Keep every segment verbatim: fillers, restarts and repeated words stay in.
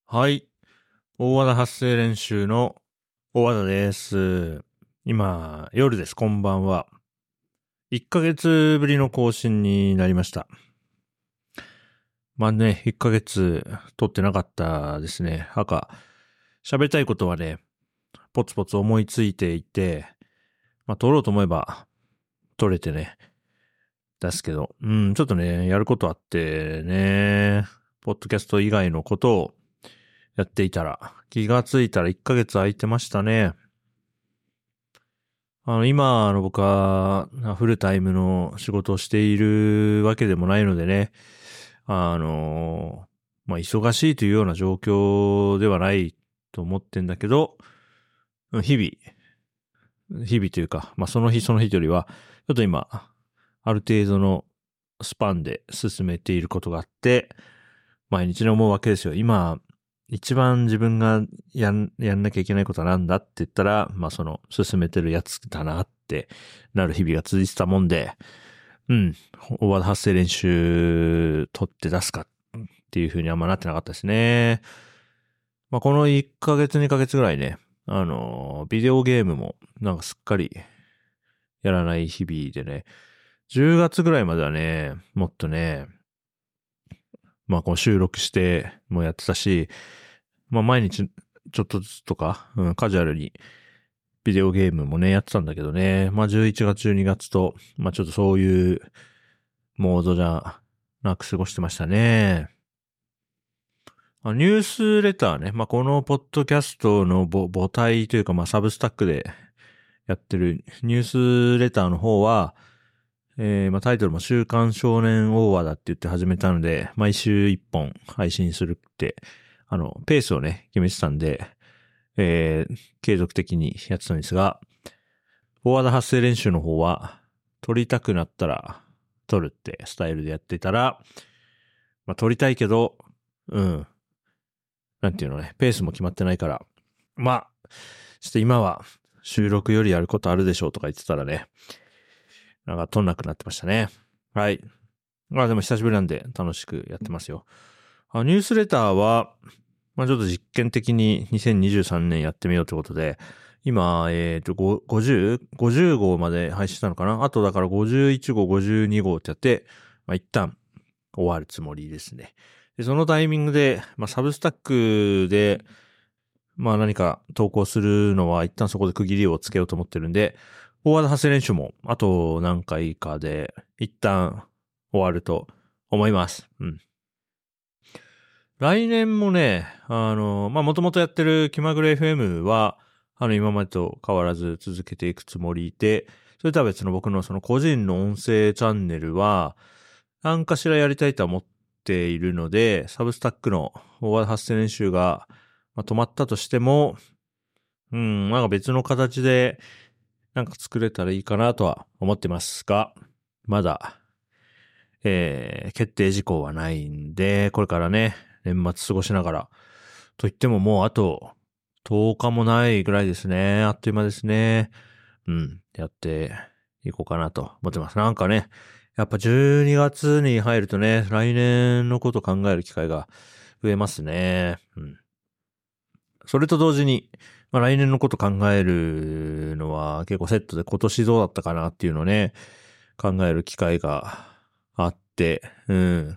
はい。大和田発声練習の大和田です。今、夜です。こんばんは。いっかげつぶりの更新になりました。まあね、いっかげつ撮ってなかったですね。なんか、喋りたいことはね、ポツポツ思いついていて、まあ撮ろうと思えば撮れてね、ですけど、うん、ちょっとね、やることあってね、ポッドキャスト以外のことをやっていたら、気がついたらいっかげつ空いてましたね。あの、今の僕はフルタイムの仕事をしているわけでもないのでね、あの、まあ、忙しいというような状況ではないと思ってんだけど、日々、日々というか、まあ、その日その日よりは、ちょっと今、ある程度のスパンで進めていることがあって、毎日に思うわけですよ。今、一番自分がやん、やんなきゃいけないことはなんだって言ったら、まあその、進めてるやつだなってなる日々が続いてたもんで、うん、大和田発声練習取って出すかっていう風にあんまなってなかったですね。まあこのいっかげつにかげつぐらいね、あの、ビデオゲームもなんかすっかりやらない日々でね、じゅうがつぐらいまではね、もっとね、まあこう収録してもやってたし、まあ毎日ちょっとずつとか、うん、カジュアルにビデオゲームもね、やってたんだけどね。まあじゅういちがつ、じゅうにがつと、まあちょっとそういうモードじゃなく過ごしてましたね。あニュースレターね。まあこのポッドキャストの母母体というか、まあサブスタックでやってるニュースレターの方は、えー、まあタイトルも週刊少年大和だって言って始めたので、毎週いっぽん配信するって、あの、ペースをね、決めてたんで、えー、継続的にやってたんですが、フォワード発声練習の方は、撮りたくなったら撮るってスタイルでやってたら、まあ撮りたいけど、うん、なんていうのね、ペースも決まってないから、まあ、ちょっと今は収録よりやることあるでしょうとか言ってたらね、なんか撮んなくなってましたね。はい。まあでも久しぶりなんで楽しくやってますよ。あニュースレターは、まあちょっと実験的ににせんにじゅうさんねんやってみようということで、今、えっ、と、ごじゅう、ごじゅう号まで配信したのかなあとだからごじゅういち号、ごじゅうに号ってやって、まあ一旦終わるつもりですね。で、そのタイミングで、まあサブスタックで、まあ何か投稿するのは一旦そこで区切りをつけようと思ってるんで、フォワード発声練習もあと何回かで一旦終わると思います。うん。来年もね、あの、まあ、もともとやってる気まぐれ エフエム は、あの、今までと変わらず続けていくつもりで、それとは別の僕のその個人の音声チャンネルは、何かしらやりたいとは思っているので、サブスタックのオーバー発声練習が、まあ、止まったとしても、うん、なんか別の形で、なんか作れたらいいかなとは思ってますが、まだ、えー、決定事項はないんで、これからね、年末過ごしながら。と言ってももうあととおかもないぐらいですね。あっという間ですね。うん。やっていこうかなと思ってます。なんかね、やっぱじゅうにがつに入るとね、来年のこと考える機会が増えますね。うん。それと同時に、まあ、来年のこと考えるのは結構セットで今年どうだったかなっていうのをね、考える機会があって、うん。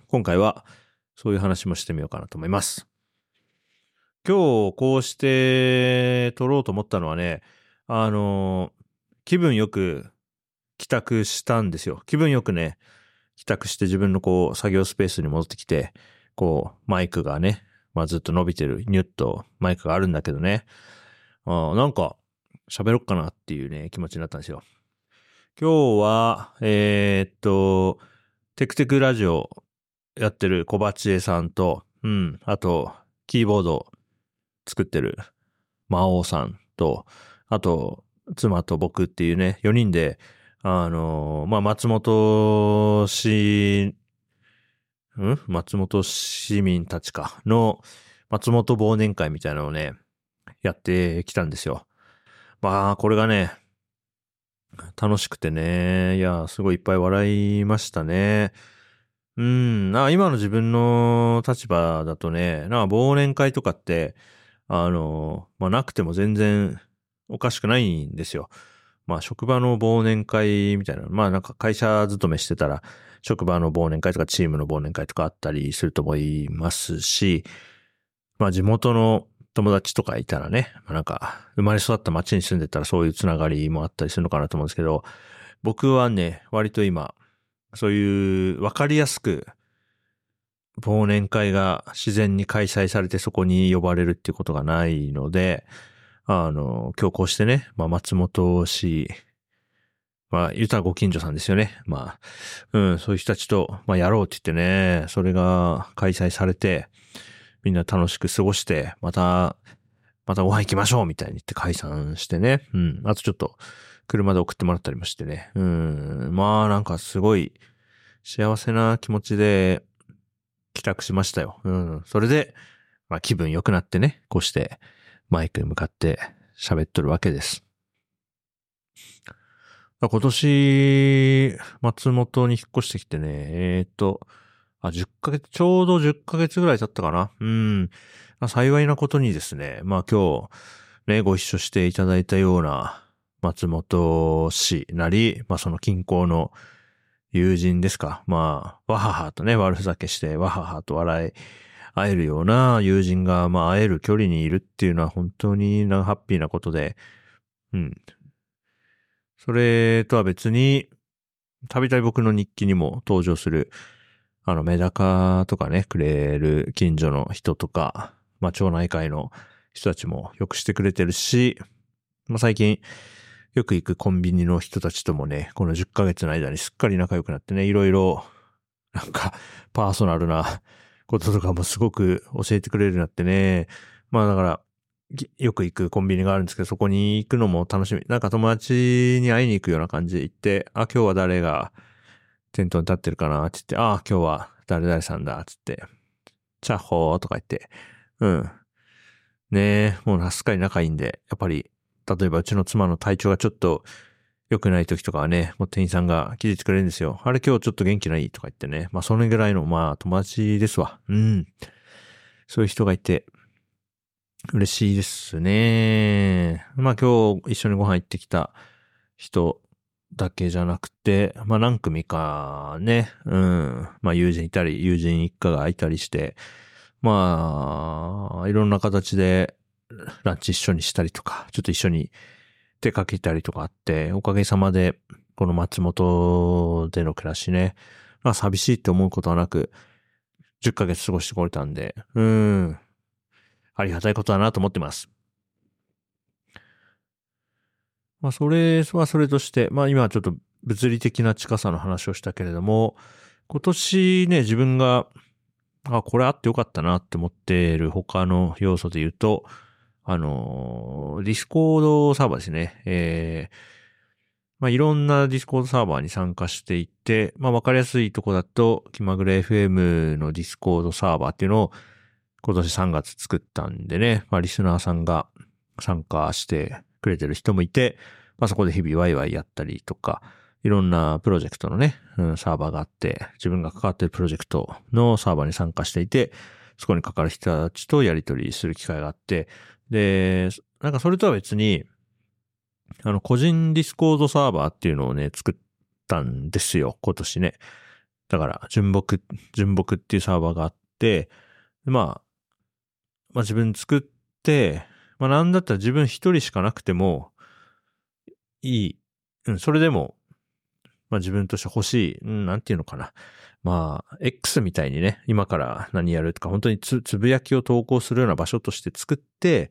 今回はそういう話もしてみようかなと思います。今日こうして撮ろうと思ったのはね、あの、気分よく帰宅したんですよ。気分よくね、帰宅して自分のこう作業スペースに戻ってきて、こうマイクがね、まあずっと伸びてるニュッとマイクがあるんだけどね、あなんか喋ろっかなっていうね、気持ちになったんですよ。今日は、えー、っと、テクテクラジオやってる小鉢江さんと、うん、あと、キーボード作ってる魔王さんと、あと、妻と僕っていうね、よにんで、あのー、まあ、松本市、ん松本市民たちか、の、松本忘年会みたいなのをね、やってきたんですよ。まあ、これがね、楽しくてね、いや、すごいいっぱい笑いましたね。 うん、な今の自分の立場だとね、なんか忘年会とかって、あの、まあ、なくても全然おかしくないんですよ。まあ、職場の忘年会みたいな、まあなんか会社勤めしてたら、職場の忘年会とかチームの忘年会とかあったりすると思いますし、まあ地元の友達とかいたらね、まあ、なんか生まれ育った町に住んでたらそういうつながりもあったりするのかなと思うんですけど、僕はね、割と今、そういうわかりやすく忘年会が自然に開催されてそこに呼ばれるっていうことがないので、あの、今日こうしてね、まあ松本市、まあ言うたらご近所さんですよね。まあ、うん、そういう人たちと、まあやろうって言ってね、それが開催されて、みんな楽しく過ごして、また、またご飯行きましょうみたいに言って解散してね。うん。あとちょっと、車で送ってもらったりもしてね。うん。まあなんかすごい幸せな気持ちで帰宅しましたよ。うん。それで、まあ気分良くなってね、こうしてマイクに向かって喋っとるわけです。今年、松本に引っ越してきてね、えっと、あ、じゅっかげつ、ちょうどじゅっかげつぐらい経ったかな。うん。幸いなことにですね、まあ今日、ね、ご一緒していただいたような松本市なり、まあその近郊の友人ですか。まあ、わははとね、悪ふざけして、わははと笑い合えるような友人が、まあ会える距離にいるっていうのは本当になハッピーなことで、うん。それとは別に、たびたび僕の日記にも登場する、あの、メダカとかね、くれる近所の人とか、まあ、町内会の人たちもよくしてくれてるし、まあ、最近、よく行くコンビニの人たちともね、このじゅっかげつの間にすっかり仲良くなってね、いろいろ、なんか、パーソナルなこととかもすごく教えてくれるようになってね、まあだから、よく行くコンビニがあるんですけど、そこに行くのも楽しみ。なんか友達に会いに行くような感じで行って、あ、今日は誰が店頭に立ってるかなって言って、あ、今日は誰々さんだって言って、チャッホーとか言って、うん。ねえ、もうすっかり仲いいんで、やっぱり、例えばうちの妻の体調がちょっと良くない時とかはね、もう店員さんが気づいてくれるんですよ。あれ今日ちょっと元気ないとか言ってね。まあそのぐらいの、まあ友達ですわ。うん。そういう人がいて、嬉しいですね。まあ今日一緒にご飯行ってきた人だけじゃなくて、まあ何組かね、うん。まあ友人いたり、友人一家がいたりして、まあ、いろんな形でランチ一緒にしたりとか、ちょっと一緒に出かけたりとかあって、おかげさまで、この松本での暮らしね、まあ寂しいって思うことはなく、じゅっかげつ過ごしてこれたんで、うーん、ありがたいことだなと思ってます。まあそれはそれとして、まあ今はちょっと物理的な近さの話をしたけれども、今年ね、自分が、あ、これあってよかったなって思っている他の要素で言うと、あの、ディスコードサーバーですね。えー、まあ、いろんなディスコードサーバーに参加していて、まあ、わかりやすいとこだと、気まぐれ エフエム のディスコードサーバーっていうのを今年さんがつ作ったんでね、まあ、リスナーさんが参加してくれてる人もいて、まあ、そこで日々ワイワイやったりとか、いろんなプロジェクトのね、うん、サーバーがあって、自分が関わっているプロジェクトのサーバーに参加していて、そこに関わる人たちとやり取りする機会があって、で、なんかそれとは別に、あの、個人ディスコードサーバーっていうのをね、作ったんですよ、今年ね。だから、純木、純木っていうサーバーがあって、まあ、まあ自分作って、まあなんだったら自分一人しかなくてもいい。うん、それでも、まあ自分として欲しい。うん、なんていうのかな。まあ、X みたいにね、今から何やるとか、本当につ、つぶやきを投稿するような場所として作って、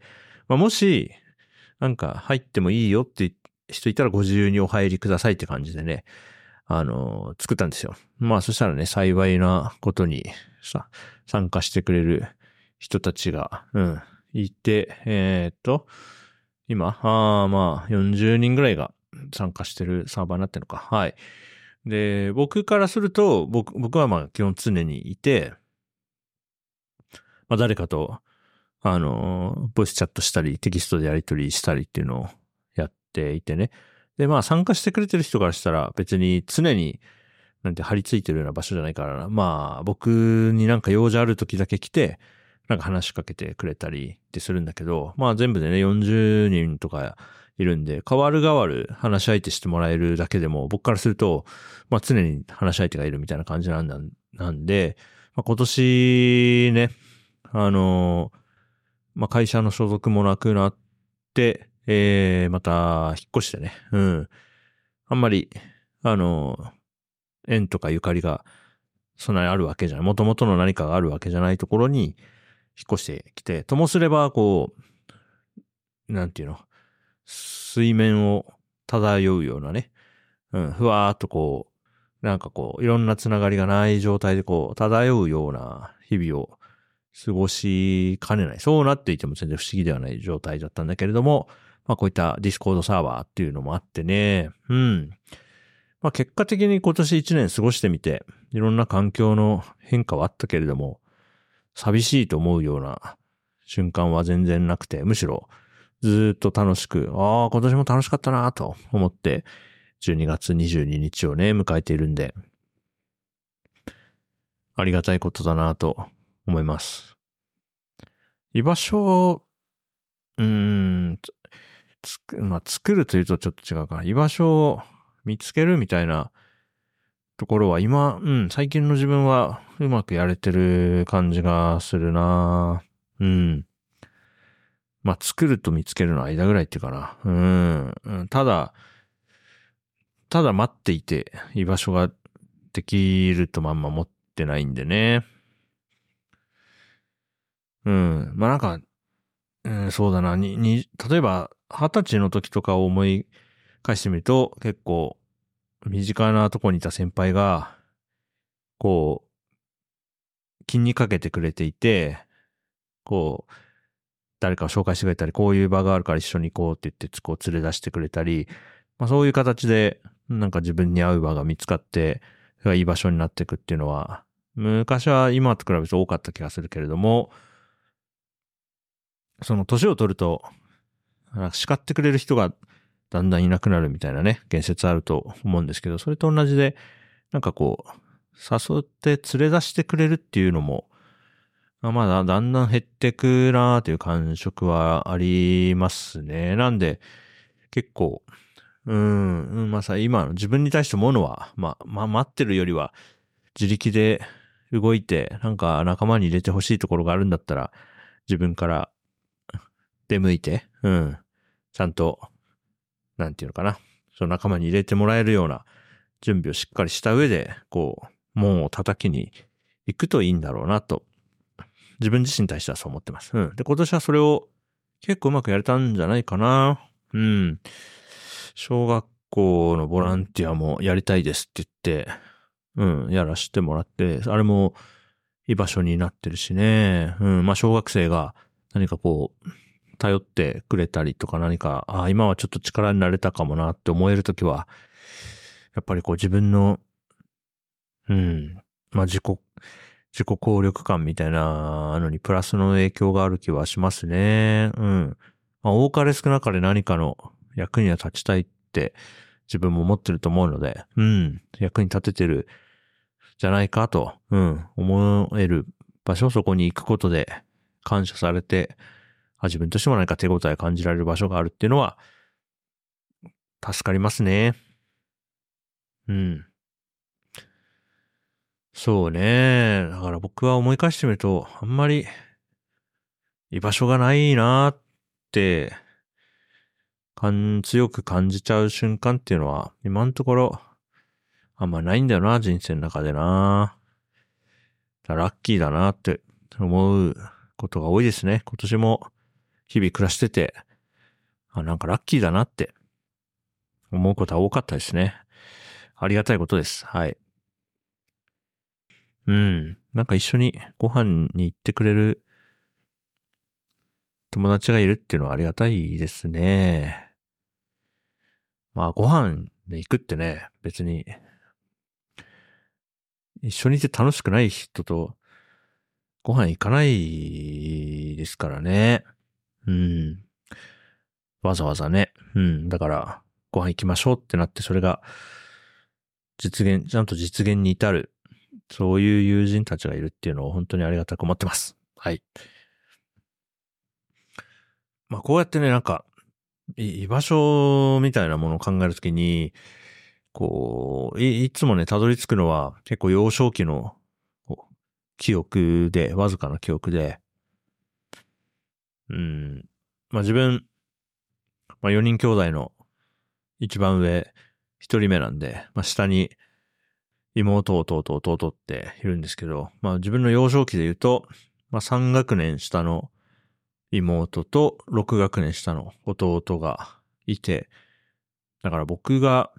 まあもし、なんか入ってもいいよって人いたらご自由にお入りくださいって感じでね、あの、作ったんですよ。まあそしたらね、幸いなことにさ、参加してくれる人たちが、うん、いて、えー、っと、今、ああまあよんじゅうにんぐらいが参加してるサーバーになってるのか。はい。で、僕からすると、僕、僕はまあ基本常にいて、まあ誰かと、あの、ボイスチャットしたり、テキストでやり取りしたりっていうのをやっていてね。で、まあ参加してくれてる人からしたら別に常になんて張り付いてるような場所じゃないからな。まあ、僕になんか用事ある時だけ来て、なんか話しかけてくれたりってするんだけど、まあ全部でね、よんじゅうにんとかいるんで、代わる代わる話し相手してもらえるだけでも、僕からすると、まあ常に話し相手がいるみたいな感じなんだ、なんで、まあ、今年ね、あの、まあ会社の所属もなくなって、えー、また引っ越してね、うん。あんまり、あの、縁とかゆかりがそんなにあるわけじゃない。元々の何かがあるわけじゃないところに引っ越してきて、ともすれば、こう、なんていうの、水面を漂うようなね、うん、ふわーっとこう、なんかこう、いろんなつながりがない状態でこう、漂うような日々を過ごしかねない。そうなっていても全然不思議ではない状態だったんだけれども、まあこういったディスコードサーバーっていうのもあってね、うん。まあ結果的に今年一年過ごしてみて、いろんな環境の変化はあったけれども、寂しいと思うような瞬間は全然なくて、むしろずーっと楽しく、ああ、今年も楽しかったなと思って、じゅうにがつにじゅうににちをね、迎えているんで、ありがたいことだなと思います。居場所、うーん、つまあ、作るというとちょっと違うかな。居場所を見つけるみたいなところは今、うん、最近の自分はうまくやれてる感じがするな。うん。まあ、作ると見つけるの間ぐらいっていうかな。うん。うん、ただ、ただ待っていて居場所ができるとまんま持ってないんでね。うん。まあなんか、うん、そうだな。に、に、例えば、二十歳の時とかを思い返してみると、結構、身近なとこにいた先輩が、こう、気にかけてくれていて、こう、誰かを紹介してくれたり、こういう場があるから一緒に行こうって言って、こう連れ出してくれたり、まあそういう形で、なんか自分に合う場が見つかって、それがいい場所になっていくっていうのは、昔は今と比べると多かった気がするけれども、その年を取ると、叱ってくれる人がだんだんいなくなるみたいなね、言説あると思うんですけど、それと同じで、なんかこう、誘って連れ出してくれるっていうのも、まだだんだん減ってくなーという感触はありますね。なんで、結構、うーん、まあさ、今の自分に対して思うのは、まあ、まあ待ってるよりは、自力で動いて、なんか仲間に入れてほしいところがあるんだったら、自分から出向いて、うん、ちゃんと、なんていうのかな、その仲間に入れてもらえるような準備をしっかりした上で、こう、門を叩きに行くといいんだろうなと、自分自身に対してはそう思ってます。うん。で、今年はそれを結構うまくやれたんじゃないかな。うん。小学校のボランティアもやりたいですって言って、うん、やらしてもらって、あれも居場所になってるしね。うん、まあ小学生が何かこう、頼ってくれたりとか何か、ああ、今はちょっと力になれたかもなって思えるときは、やっぱりこう自分の、うん、まあ自己、自己効力感みたいなのにプラスの影響がある気はしますね。うん。まあ多かれ少なかれ何かの役には立ちたいって自分も思ってると思うので、うん、役に立ててるじゃないかと、うん、思える場所、そこに行くことで感謝されて、あ、自分としても何か手応え感じられる場所があるっていうのは、助かりますね。うん。そうね。だから僕は思い返してみると、あんまり居場所がないなーって、感、強く感じちゃう瞬間っていうのは、今のところ、あんまないんだよな、人生の中でな。ラッキーだなって思うことが多いですね。今年も日々暮らしてて、あ、なんかラッキーだなって思うことは多かったですね。ありがたいことです。はい。うん。なんか一緒にご飯に行ってくれる友達がいるっていうのはありがたいですね。まあご飯で行くってね、別に一緒にいて楽しくない人とご飯行かないですからね。うん。わざわざね。うん。だから、ご飯行きましょうってなって、それが実現、ちゃんと実現に至る、そういう友人たちがいるっていうのを本当にありがたく思ってます。はい。まあこうやってね、なんか、居場所みたいなものを考えるときに、こう、い、いつもね、たどり着くのは結構幼少期の記憶で、わずかな記憶で、うん。まあ自分、まあよにん兄弟の一番上、一人目なんで、まあ下に妹、弟、弟っているんですけど、まあ自分の幼少期で言うと、まあさん学年下の妹とろく学年下の弟がいて、だから僕が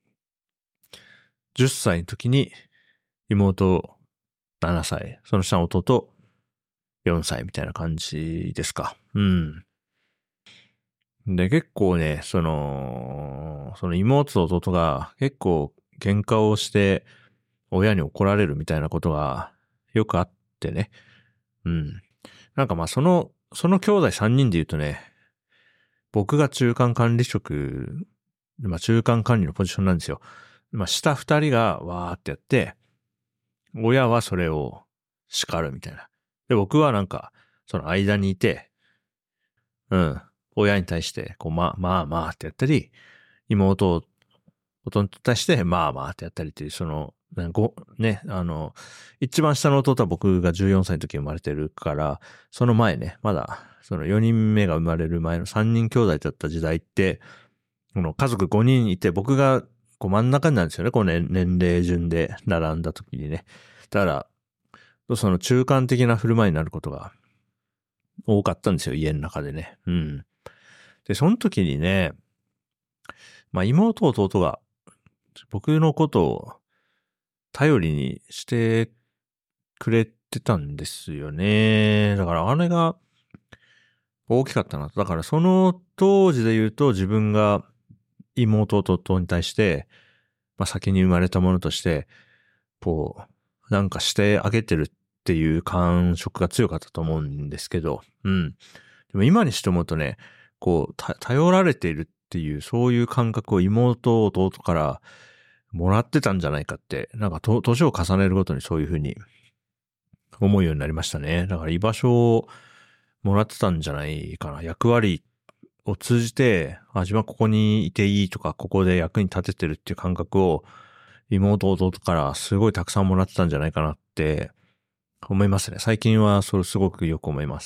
じゅっさいの時に妹ななさい、その下の弟よんさいみたいな感じですか。うん。で、結構ね、その、その妹と弟が結構喧嘩をして親に怒られるみたいなことがよくあってね。うん。なんかまあその、その兄弟さんにんで言うとね、僕が中間管理職、まあ中間管理のポジションなんですよ。まあ下二人がわーってやって、親はそれを叱るみたいな。で、僕はなんか、その間にいて、うん、親に対して、こう、まあまあまあってやったり、妹を、弟に対して、まあまあってやったりっていう、その、ご、ね、あの、一番下の弟は僕がじゅうよんさいの時に生まれてるから、その前ね、まだ、そのよにんめが生まれる前のさんにん兄弟だった時代って、この家族ごにんいて、僕がこう真ん中になるんですよね、この年年齢順で並んだ時にね。だから、その中間的な振る舞いになることが多かったんですよ、家の中でね。うん。で、その時にね、まあ妹弟が僕のことを頼りにしてくれてたんですよね。だからあれが大きかったな。だからその当時で言うと自分が妹弟に対して、まあ先に生まれたものとして、こう、なんかしてあげてるっていう感触が強かったと思うんですけど、うん。でも今にして思うとね、こう、頼られているっていう、そういう感覚を妹、弟からもらってたんじゃないかって、なんかと、年を重ねるごとにそういうふうに思うようになりましたね。だから居場所をもらってたんじゃないかな。役割を通じて、あ、自分はここにいていいとか、ここで役に立ててるっていう感覚を妹、弟からすごいたくさんもらってたんじゃないかなって思いますね。最近はそれすごくよく思います。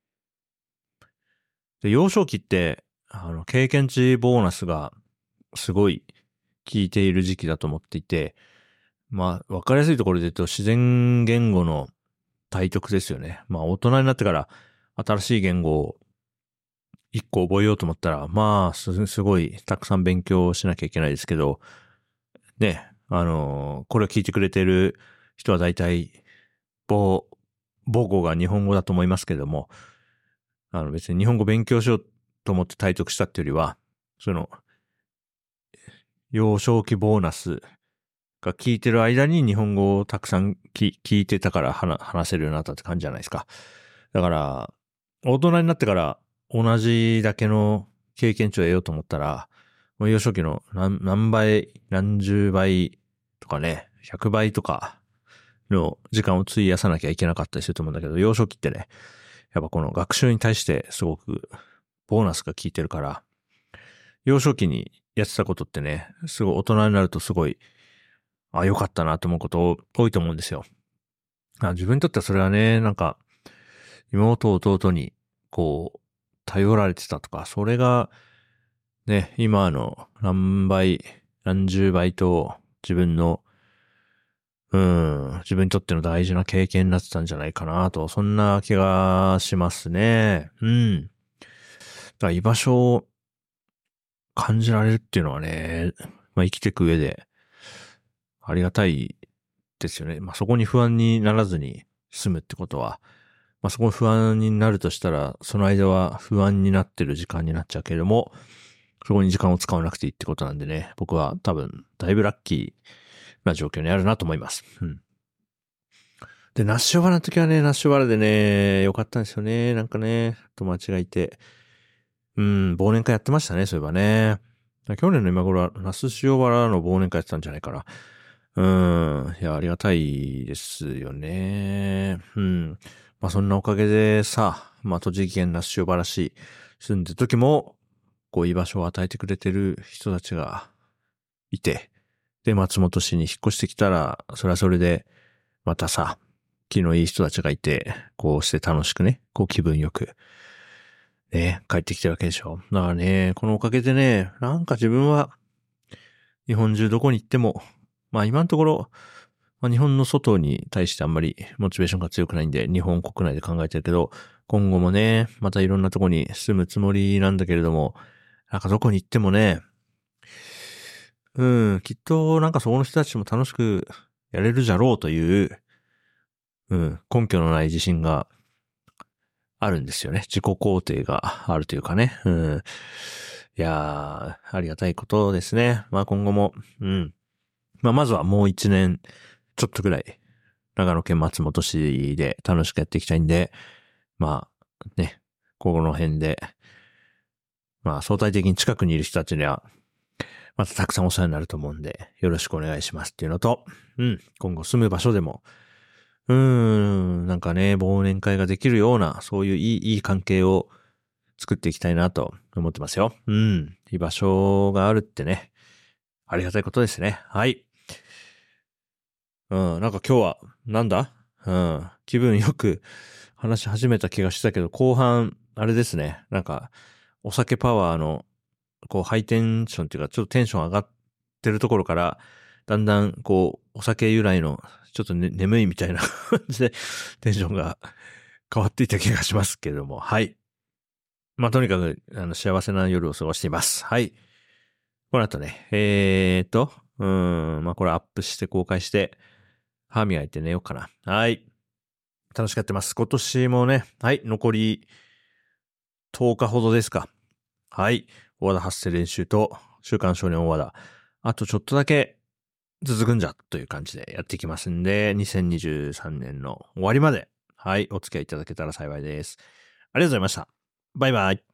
で、幼少期って、あの、経験値ボーナスがすごい効いている時期だと思っていて、まあ、わかりやすいところで言うと自然言語の体得ですよね。まあ、大人になってから新しい言語を一個覚えようと思ったら、まあ、す、すごいたくさん勉強しなきゃいけないですけど、ね、あのーこれを聞いてくれてる人は大体、母、母語が日本語だと思いますけども、あの別に日本語勉強しようと思って体得したっていうよりは、その、幼少期ボーナスが聞いてる間に日本語をたくさん聞いてたから話せるようになったって感じじゃないですか。だから、大人になってから同じだけの経験値を得ようと思ったら、もう幼少期の何何倍、何十倍とかね、ひゃくばいとかの時間を費やさなきゃいけなかったりすると思うんだけど、幼少期ってね、やっぱこの学習に対してすごくボーナスが効いてるから、幼少期にやってたことってね、すごい大人になるとすごい、あ、良かったなと思うこと多いと思うんですよ。あ、自分にとってはそれはね、なんか、妹弟に、こう、頼られてたとか、それが、ね、今の何倍、何十倍と自分の、うん、自分にとっての大事な経験になってたんじゃないかなと、そんな気がしますね。うん。だから居場所を感じられるっていうのはね、まあ生きていく上でありがたいですよね。まあそこに不安にならずに済むってことは、まあそこに不安になるとしたら、その間は不安になってる時間になっちゃうけれども、そこに時間を使わなくていいってことなんでね、僕は多分だいぶラッキーな状況にあるなと思います。うん。で、ナッシュバラの時はね、ナッシュバラでね、よかったんですよね。なんかね、友達がいて。うん、忘年会やってましたね、そういえばね。 去年の今頃は那須塩原の忘年会やってたんじゃないかな。うーん。いや、ありがたいですよね。うん。まあそんなおかげでさ、まあ栃木県那須塩原市住んでる時も、こう居場所を与えてくれてる人たちがいて、で、松本市に引っ越してきたら、それはそれで、またさ、気のいい人たちがいて、こうして楽しくね、こう気分よく、ね、帰ってきてるわけでしょ。だからね、このおかげでね、なんか自分は、日本中どこに行っても、まあ今のところ、まあ、日本の外に対してあんまりモチベーションが強くないんで、日本国内で考えてるけど、今後もね、またいろんなとこに住むつもりなんだけれども、なんかどこに行ってもね、うん、きっとなんかそこの人たちも楽しくやれるじゃろうという、うん、根拠のない自信があるんですよね。自己肯定があるというかね。うん。いやー、ありがたいことですね。まあ今後も、うん。まあまずはもう一年ちょっとぐらい、長野県松本市で楽しくやっていきたいんで、まあね、ここの辺で、まあ相対的に近くにいる人たちには、またたくさんお世話になると思うんで、よろしくお願いしますっていうのと、うん、今後住む場所でも、うーん、なんかね、忘年会ができるような、そういういい、いい関係を作っていきたいなと思ってますよ。うん、居場所があるってね、ありがたいことですね。はい。うん、なんか今日は、なんだうん、気分よく話し始めた気がしたけど、後半、あれですね、なんか、お酒パワーの、こう、ハイテンションっていうか、ちょっとテンション上がってるところから、だんだん、こう、お酒由来の、ちょっと、ね、眠いみたいな感じで、テンションが変わっていた気がしますけれども、はい。まあ、とにかく、あの、幸せな夜を過ごしています。はい。この後ね、えーと、うーん、まあ、これアップして公開して、歯磨いて寝ようかな。はい。楽しくやってます。今年もね、はい、残りとおかほどですか。はい。大和田発声練習と、週刊少年大和田。あとちょっとだけ続くんじゃという感じでやっていきますんで、にせんにじゅうさんねんの終わりまで、はい、お付き合いいただけたら幸いです。ありがとうございました。バイバイ。